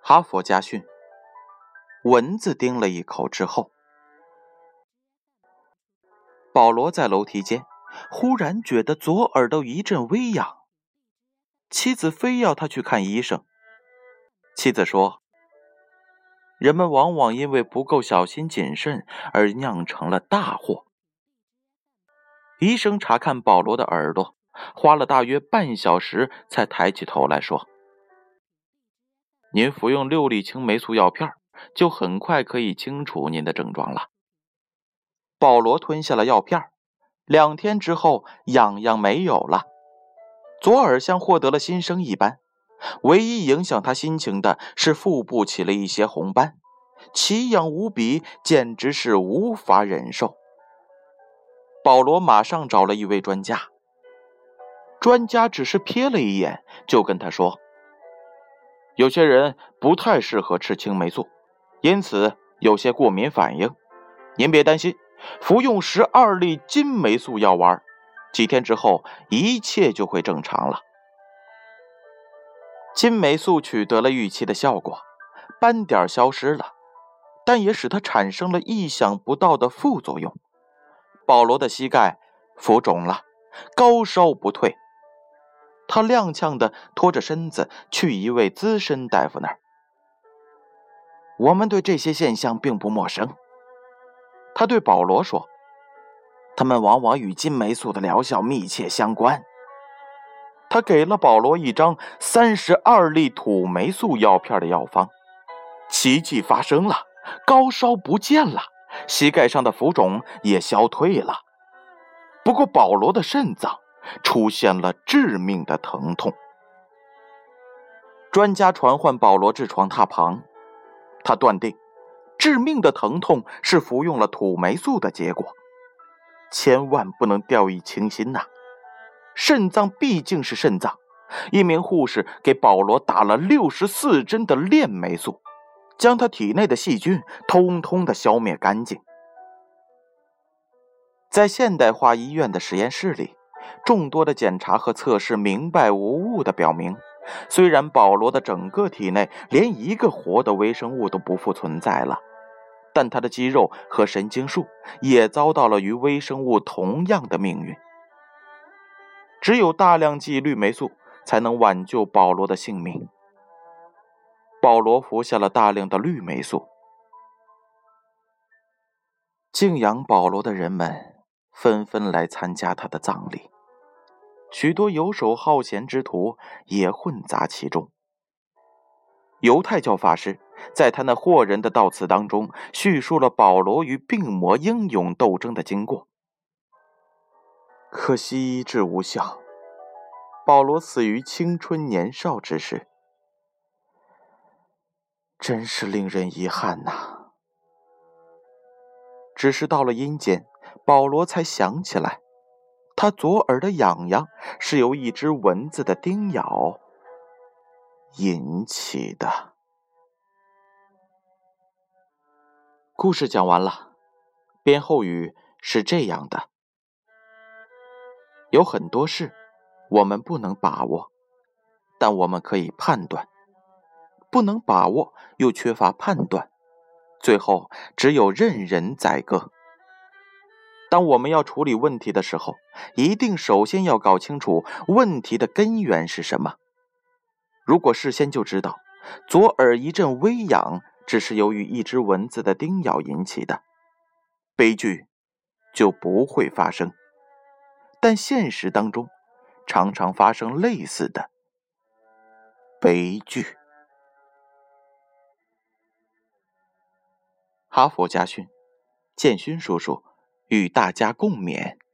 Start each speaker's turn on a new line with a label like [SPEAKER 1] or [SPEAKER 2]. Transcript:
[SPEAKER 1] 哈佛家训：蚊子叮了一口之后。保罗在楼梯间忽然觉得左耳朵一阵微痒，妻子非要他去看医生。妻子说，人们往往因为不够小心谨慎而酿成了大祸。医生查看保罗的耳朵，花了大约半小时才抬起头来说，您服用6粒青霉素药片，就很快可以清除您的症状了。保罗吞下了药片，2天之后痒痒没有了，左耳像获得了新生一般。唯一影响他心情的是腹部起了一些红斑，奇痒无比，简直是无法忍受。保罗马上找了一位专家，专家只是瞥了一眼就跟他说，有些人不太适合吃青霉素，因此有些过敏反应。您别担心，服用12粒金霉素药丸，几天之后一切就会正常了。金霉素取得了预期的效果，斑点消失了，但也使它产生了意想不到的副作用。保罗的膝盖浮肿了，高烧不退。他踉跄地拖着身子去一位资深大夫那儿。我们对这些现象并不陌生，他对保罗说，他们往往与金霉素的疗效密切相关。他给了保罗一张32粒土霉素药片的药方，奇迹发生了，高烧不见了，膝盖上的浮肿也消退了。不过保罗的肾脏出现了致命的疼痛。专家传唤保罗至床榻旁，他断定致命的疼痛是服用了土霉素的结果。千万不能掉以轻心呐，肾脏毕竟是肾脏。一名护士给保罗打了64针的链霉素，将他体内的细菌通通的消灭干净。在现代化医院的实验室里，众多的检查和测试明白无误地表明，虽然保罗的整个体内连一个活的微生物都不复存在了，但他的肌肉和神经束也遭到了与微生物同样的命运。只有大量剂氯霉素才能挽救保罗的性命。保罗服下了大量的氯霉素。敬仰保罗的人们纷纷来参加他的葬礼，许多游手好闲之徒也混杂其中。犹太教法师在他那惑人的悼词当中叙述了保罗与病魔英勇斗争的经过。可惜医治无效，保罗死于青春年少之时，真是令人遗憾呐。只是到了阴间，保罗才想起来，他左耳的痒痒是由一只蚊子的叮咬引起的。故事讲完了，编后语是这样的：有很多事我们不能把握，但我们可以判断；不能把握又缺乏判断，最后只有任人宰割。当我们要处理问题的时候，一定首先要搞清楚问题的根源是什么。如果事先就知道左耳一阵微痒只是由于一只蚊子的叮咬引起的，悲剧就不会发生。但现实当中常常发生类似的悲剧。哈佛家训，建勋叔叔与大家共勉。